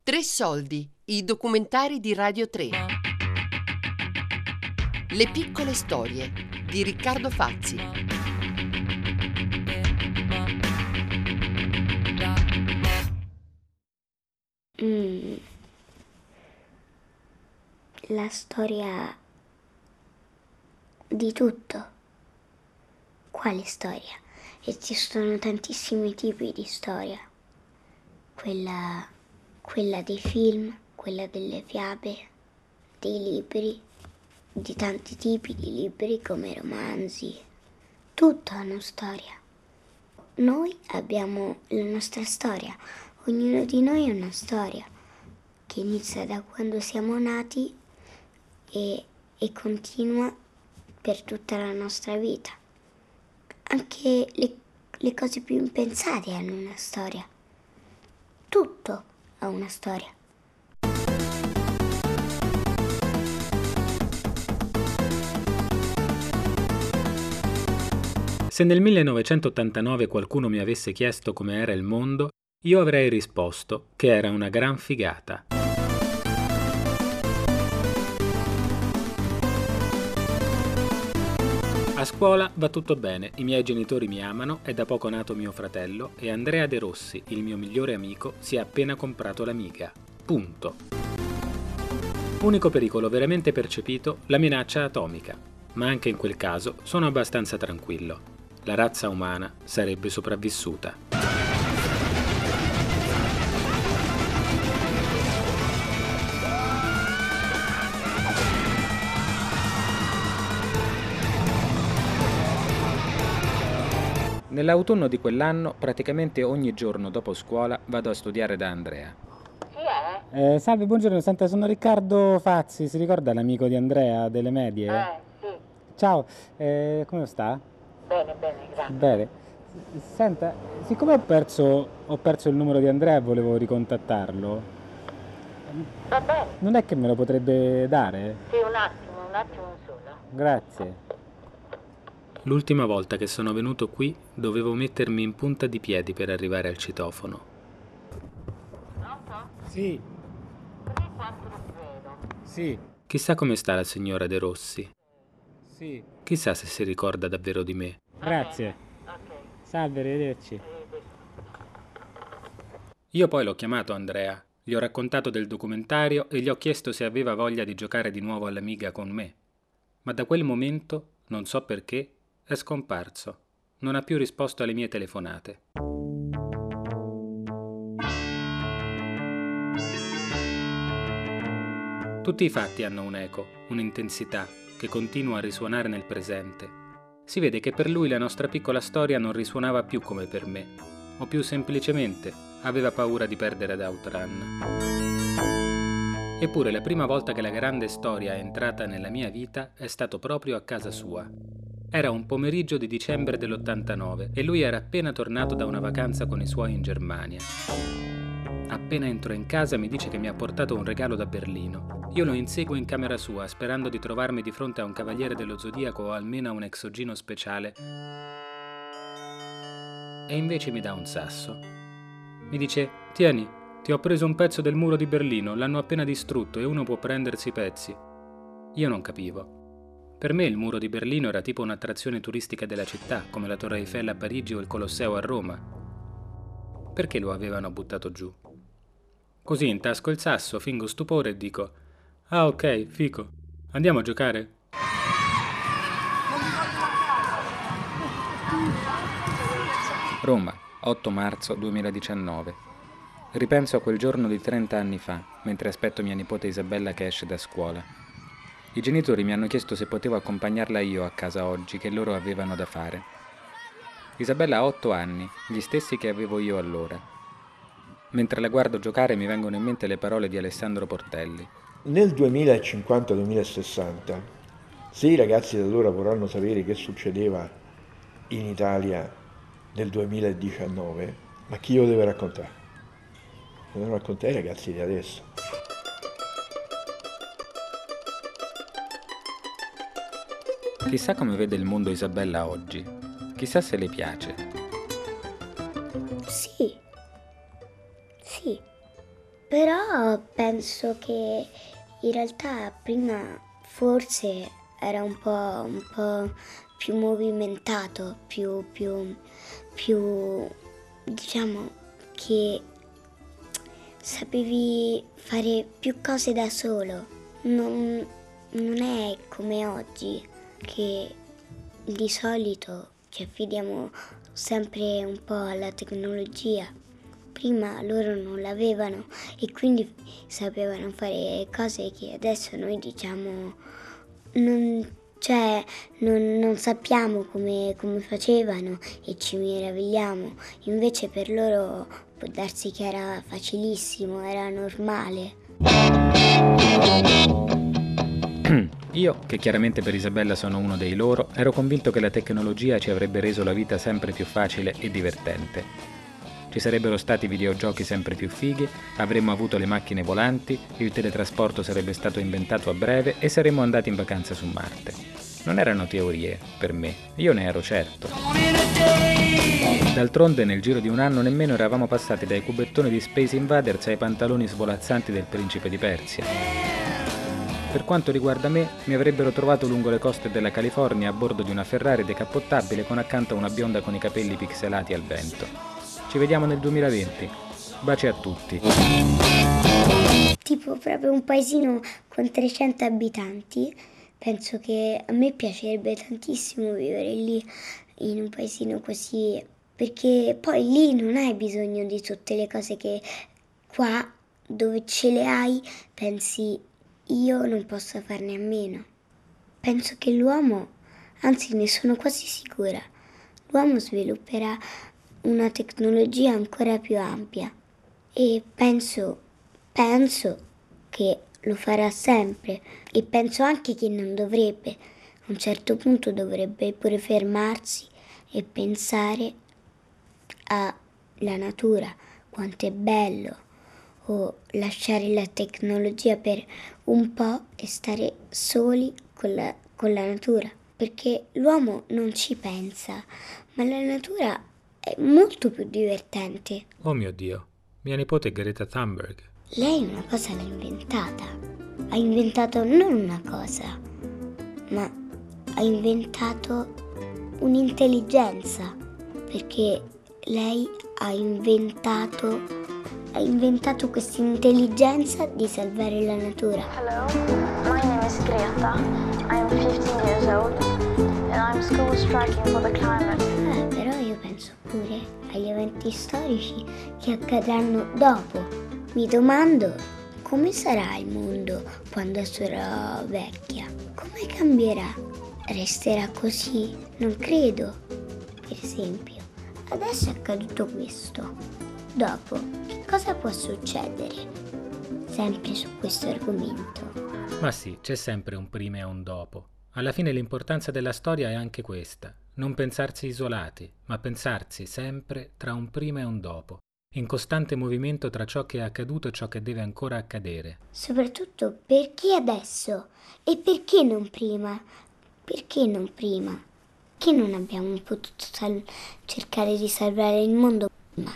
Tre soldi, i documentari di Radio 3. Le piccole storie di Riccardo Fazzi. La storia di tutto. Quale storia? Esistono tantissimi tipi di storia. Quella dei film, quella delle fiabe, dei libri, di tanti tipi di libri come romanzi. Tutto ha una storia. Noi abbiamo la nostra storia, ognuno di noi ha una storia che inizia da quando siamo nati e continua per tutta la nostra vita. Anche le cose più impensate hanno una storia. Tutto ha una storia. Se nel 1989 qualcuno mi avesse chiesto come era il mondo, io avrei risposto che era una gran figata. A scuola va tutto bene, i miei genitori mi amano, è da poco nato mio fratello e Andrea De Rossi, il mio migliore amico, si è appena comprato l'Amiga. Punto. Unico pericolo veramente percepito, la minaccia atomica. Ma anche in quel caso sono abbastanza tranquillo. La razza umana sarebbe sopravvissuta. Nell'autunno di quell'anno, praticamente ogni giorno dopo scuola, vado a studiare da Andrea. Salve, buongiorno, senta, sono Riccardo Fazzi, si ricorda l'amico di Andrea delle medie? Sì. Ciao, come sta? Bene, grazie. Bene. Senta, siccome ho perso il numero di Andrea e volevo ricontattarlo, Va bene. non è che me lo potrebbe dare? Sì, un attimo solo. Grazie. L'ultima volta che sono venuto qui dovevo mettermi in punta di piedi per arrivare al citofono. Pronto? Sì. 340. Sì. Chissà come sta la signora De Rossi. Sì. Chissà se si ricorda davvero di me. Grazie. Ok. Salve, arrivederci. Io poi l'ho chiamato Andrea, gli ho raccontato del documentario e gli ho chiesto se aveva voglia di giocare di nuovo all'Amiga con me. Ma da quel momento, non so perché, è scomparso. Non ha più risposto alle mie telefonate. Tutti i fatti hanno un'eco, un'intensità, che continua a risuonare nel presente. Si vede che per lui la nostra piccola storia non risuonava più come per me, o più semplicemente aveva paura di perdere ad Outrun. Eppure la prima volta che la grande storia è entrata nella mia vita è stato proprio a casa sua. Era un pomeriggio di dicembre dell'89 e lui era appena tornato da una vacanza con i suoi in Germania. Appena entro in casa mi dice che mi ha portato un regalo da Berlino. Io lo inseguo in camera sua sperando di trovarmi di fronte a un cavaliere dello zodiaco o almeno a un exogino speciale. E invece mi dà un sasso. Mi dice: tieni, ti ho preso un pezzo del muro di Berlino, l'hanno appena distrutto e uno può prendersi i pezzi. Io non capivo. Per me il muro di Berlino era tipo un'attrazione turistica della città, come la Torre Eiffel a Parigi o il Colosseo a Roma. Perché lo avevano buttato giù? Così intasco il sasso, fingo stupore e dico: ah, ok, fico. Andiamo a giocare? Roma, 8 marzo 2019. Ripenso a quel giorno di 30 anni fa, mentre aspetto mia nipote Isabella che esce da scuola. I genitori mi hanno chiesto se potevo accompagnarla io a casa oggi, che loro avevano da fare. Isabella ha 8 anni, gli stessi che avevo io allora. Mentre la guardo giocare mi vengono in mente le parole di Alessandro Portelli. Nel 2050-2060, se i ragazzi da allora vorranno sapere che succedeva in Italia nel 2019, ma chi lo deve raccontare? Lo devono raccontare i ragazzi di adesso. Chissà come vede il mondo Isabella oggi. Chissà se le piace. Sì. Però penso che in realtà prima forse era un po' più movimentato, più diciamo che sapevi fare più cose da solo. Non è come oggi che di solito ci affidiamo sempre un po' alla tecnologia. Prima loro non l'avevano e quindi sapevano fare cose che adesso noi diciamo non sappiamo come facevano e ci meravigliamo. Invece per loro può darsi che era facilissimo, era normale. Io, che chiaramente per Isabella sono uno dei loro, ero convinto che la tecnologia ci avrebbe reso la vita sempre più facile e divertente. Ci sarebbero stati videogiochi sempre più fighi, avremmo avuto le macchine volanti, il teletrasporto sarebbe stato inventato a breve e saremmo andati in vacanza su Marte. Non erano teorie, per me, io ne ero certo. D'altronde nel giro di un anno nemmeno eravamo passati dai cubettoni di Space Invaders ai pantaloni svolazzanti del principe di Persia. Per quanto riguarda me, mi avrebbero trovato lungo le coste della California a bordo di una Ferrari decappottabile con accanto una bionda con i capelli pixelati al vento. Ci vediamo nel 2020. Baci a tutti. Tipo proprio un paesino con 300 abitanti. Penso che a me piacerebbe tantissimo vivere lì, in un paesino così, perché poi lì non hai bisogno di tutte le cose che qua, dove ce le hai, pensi io non posso farne a meno. Penso che l'uomo, anzi ne sono quasi sicura, l'uomo svilupperà una tecnologia ancora più ampia e penso che lo farà sempre e penso anche che non dovrebbe, a un certo punto dovrebbe pure fermarsi e pensare alla natura, quanto è bello, o lasciare la tecnologia per un po' e stare soli con la natura, perché l'uomo non ci pensa, ma la natura è molto più divertente. Oh mio Dio, mia nipote Greta Thunberg. Lei una cosa l'ha inventata. Ha inventato non una cosa, ma ha inventato un'intelligenza, perché lei ha inventato questa intelligenza di salvare la natura. Hello, my name is Greta. I am 15 years old and I'm school striking for the climate. Però io penso pure agli eventi storici che accadranno dopo. Mi domando come sarà il mondo quando sarò vecchia. Come cambierà? Resterà così? Non credo. Per esempio, adesso è accaduto questo. Dopo, che cosa può succedere? Sempre su questo argomento. Ma sì, c'è sempre un prima e un dopo. Alla fine l'importanza della storia è anche questa. Non pensarsi isolati, ma pensarsi sempre tra un prima e un dopo, in costante movimento tra ciò che è accaduto e ciò che deve ancora accadere. Soprattutto perché adesso e perché non prima? Perché non prima? Che non abbiamo potuto cercare di salvare il mondo prima?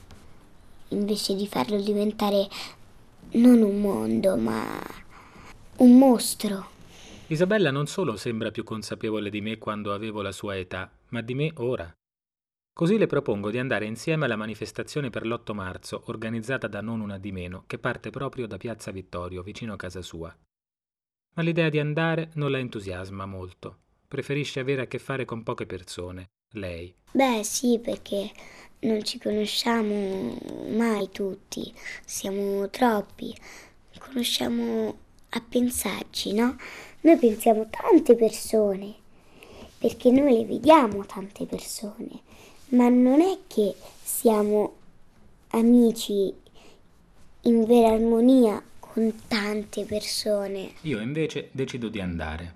Invece di farlo diventare non un mondo, ma un mostro. Isabella non solo sembra più consapevole di me quando avevo la sua età, ma di me ora. Così le propongo di andare insieme alla manifestazione per l'8 marzo, organizzata da Non Una di Meno, che parte proprio da Piazza Vittorio, vicino a casa sua. Ma l'idea di andare non la entusiasma molto. Preferisce avere a che fare con poche persone, lei. Beh sì, perché non ci conosciamo mai tutti, siamo troppi, conosciamo a pensarci, no? Noi pensiamo tante persone, perché noi le vediamo tante persone, ma non è che siamo amici in vera armonia con tante persone. Io invece decido di andare.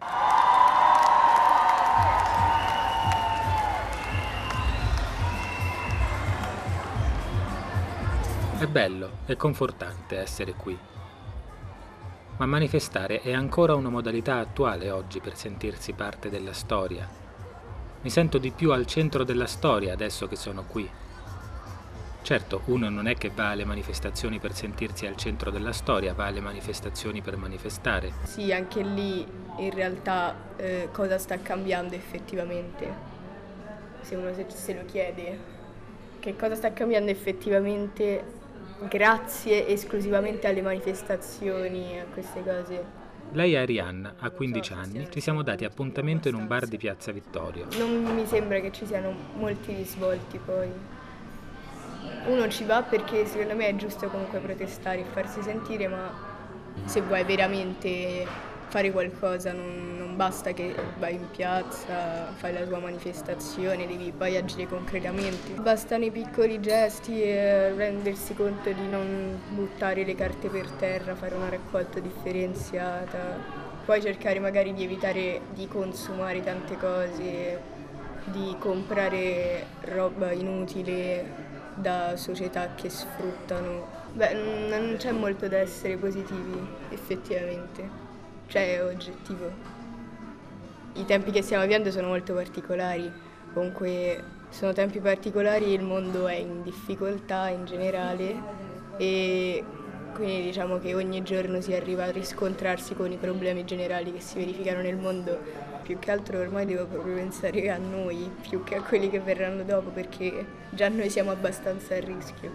È bello, è confortante essere qui. Ma manifestare è ancora una modalità attuale oggi per sentirsi parte della storia. Mi sento di più al centro della storia adesso che sono qui. Certo, uno non è che va alle manifestazioni per sentirsi al centro della storia, va alle manifestazioni per manifestare. Sì, anche lì in realtà cosa sta cambiando effettivamente? Se uno se lo chiede, che cosa sta cambiando effettivamente grazie esclusivamente alle manifestazioni, a queste cose? Lei è Arianna, ha 15 anni, ci siamo dati appuntamento in un bar di Piazza Vittorio. Non mi sembra che ci siano molti risvolti poi. Uno ci va perché secondo me è giusto comunque protestare e farsi sentire, ma se vuoi veramente fare qualcosa non basta che vai in piazza, fai la tua manifestazione, devi poi agire concretamente. Bastano i piccoli gesti e rendersi conto di non buttare le carte per terra, fare una raccolta differenziata, poi cercare magari di evitare di consumare tante cose, di comprare roba inutile da società che sfruttano. Non c'è molto da essere positivi, effettivamente. Cioè, è oggettivo. I tempi che stiamo vivendo sono molto particolari. Comunque, sono tempi particolari, il mondo è in difficoltà in generale e quindi diciamo che ogni giorno si arriva a riscontrarsi con i problemi generali che si verificano nel mondo. Più che altro ormai devo proprio pensare a noi, più che a quelli che verranno dopo, perché già noi siamo abbastanza a rischio,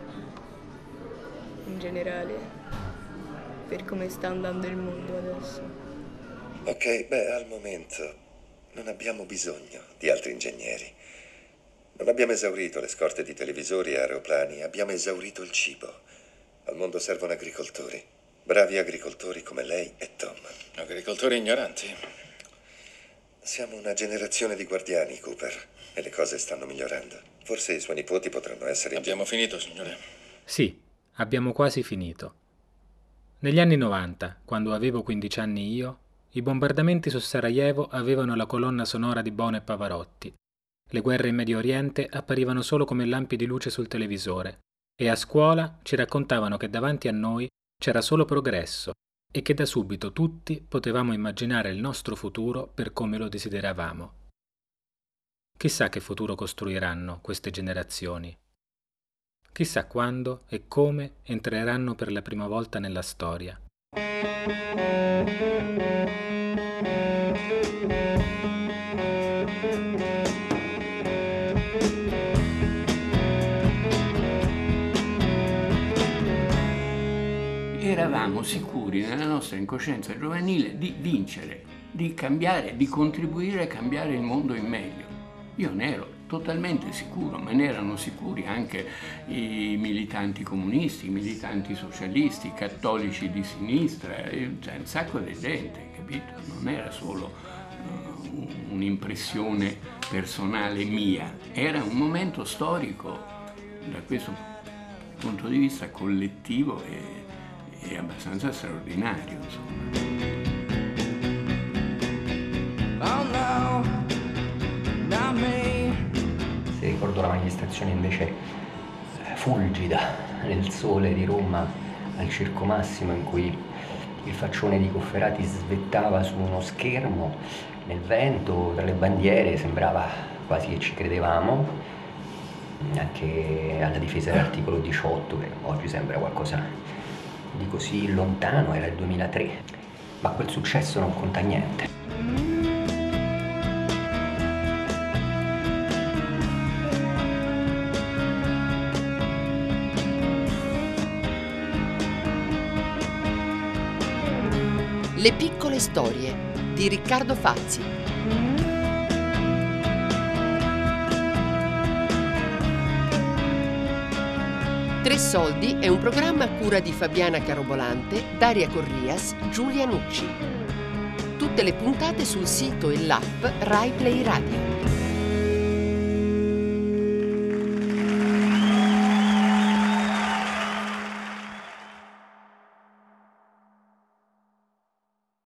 in generale, per come sta andando il mondo adesso. Ok, al momento non abbiamo bisogno di altri ingegneri. Non abbiamo esaurito le scorte di televisori e aeroplani, abbiamo esaurito il cibo. Al mondo servono agricoltori, bravi agricoltori come lei e Tom. Agricoltori ignoranti. Siamo una generazione di guardiani, Cooper, e le cose stanno migliorando. Forse i suoi nipoti potranno essere... Abbiamo finito, signore? Sì, abbiamo quasi finito. Negli anni 90, quando avevo 15 anni io, i bombardamenti su Sarajevo avevano la colonna sonora di Bono e Pavarotti. Le guerre in Medio Oriente apparivano solo come lampi di luce sul televisore e a scuola ci raccontavano che davanti a noi c'era solo progresso e che da subito tutti potevamo immaginare il nostro futuro per come lo desideravamo. Chissà che futuro costruiranno queste generazioni. Chissà quando e come entreranno per la prima volta nella storia. Eravamo sicuri nella nostra incoscienza giovanile di vincere, di cambiare, di contribuire a cambiare il mondo in meglio. Io ne ero totalmente sicuro, ma ne erano sicuri anche i militanti comunisti, i militanti socialisti, i cattolici di sinistra, cioè un sacco di gente, capito? Non era solo un'impressione personale mia, era un momento storico da questo punto di vista collettivo e abbastanza straordinario, insomma. Se ricordo la manifestazione invece fulgida nel sole di Roma al Circo Massimo, in cui il faccione di Cofferati svettava su uno schermo nel vento tra le bandiere, sembrava quasi che ci credevamo, anche alla difesa dell'articolo 18, che oggi sembra qualcosa di così lontano, era il 2003, ma quel successo non conta niente. Le piccole storie di Riccardo Fazzi. Tre Soldi è un programma a cura di Fabiana Carobolante, Daria Corrias, Giulia Nucci. Tutte le puntate sul sito e l'app Rai Play Radio.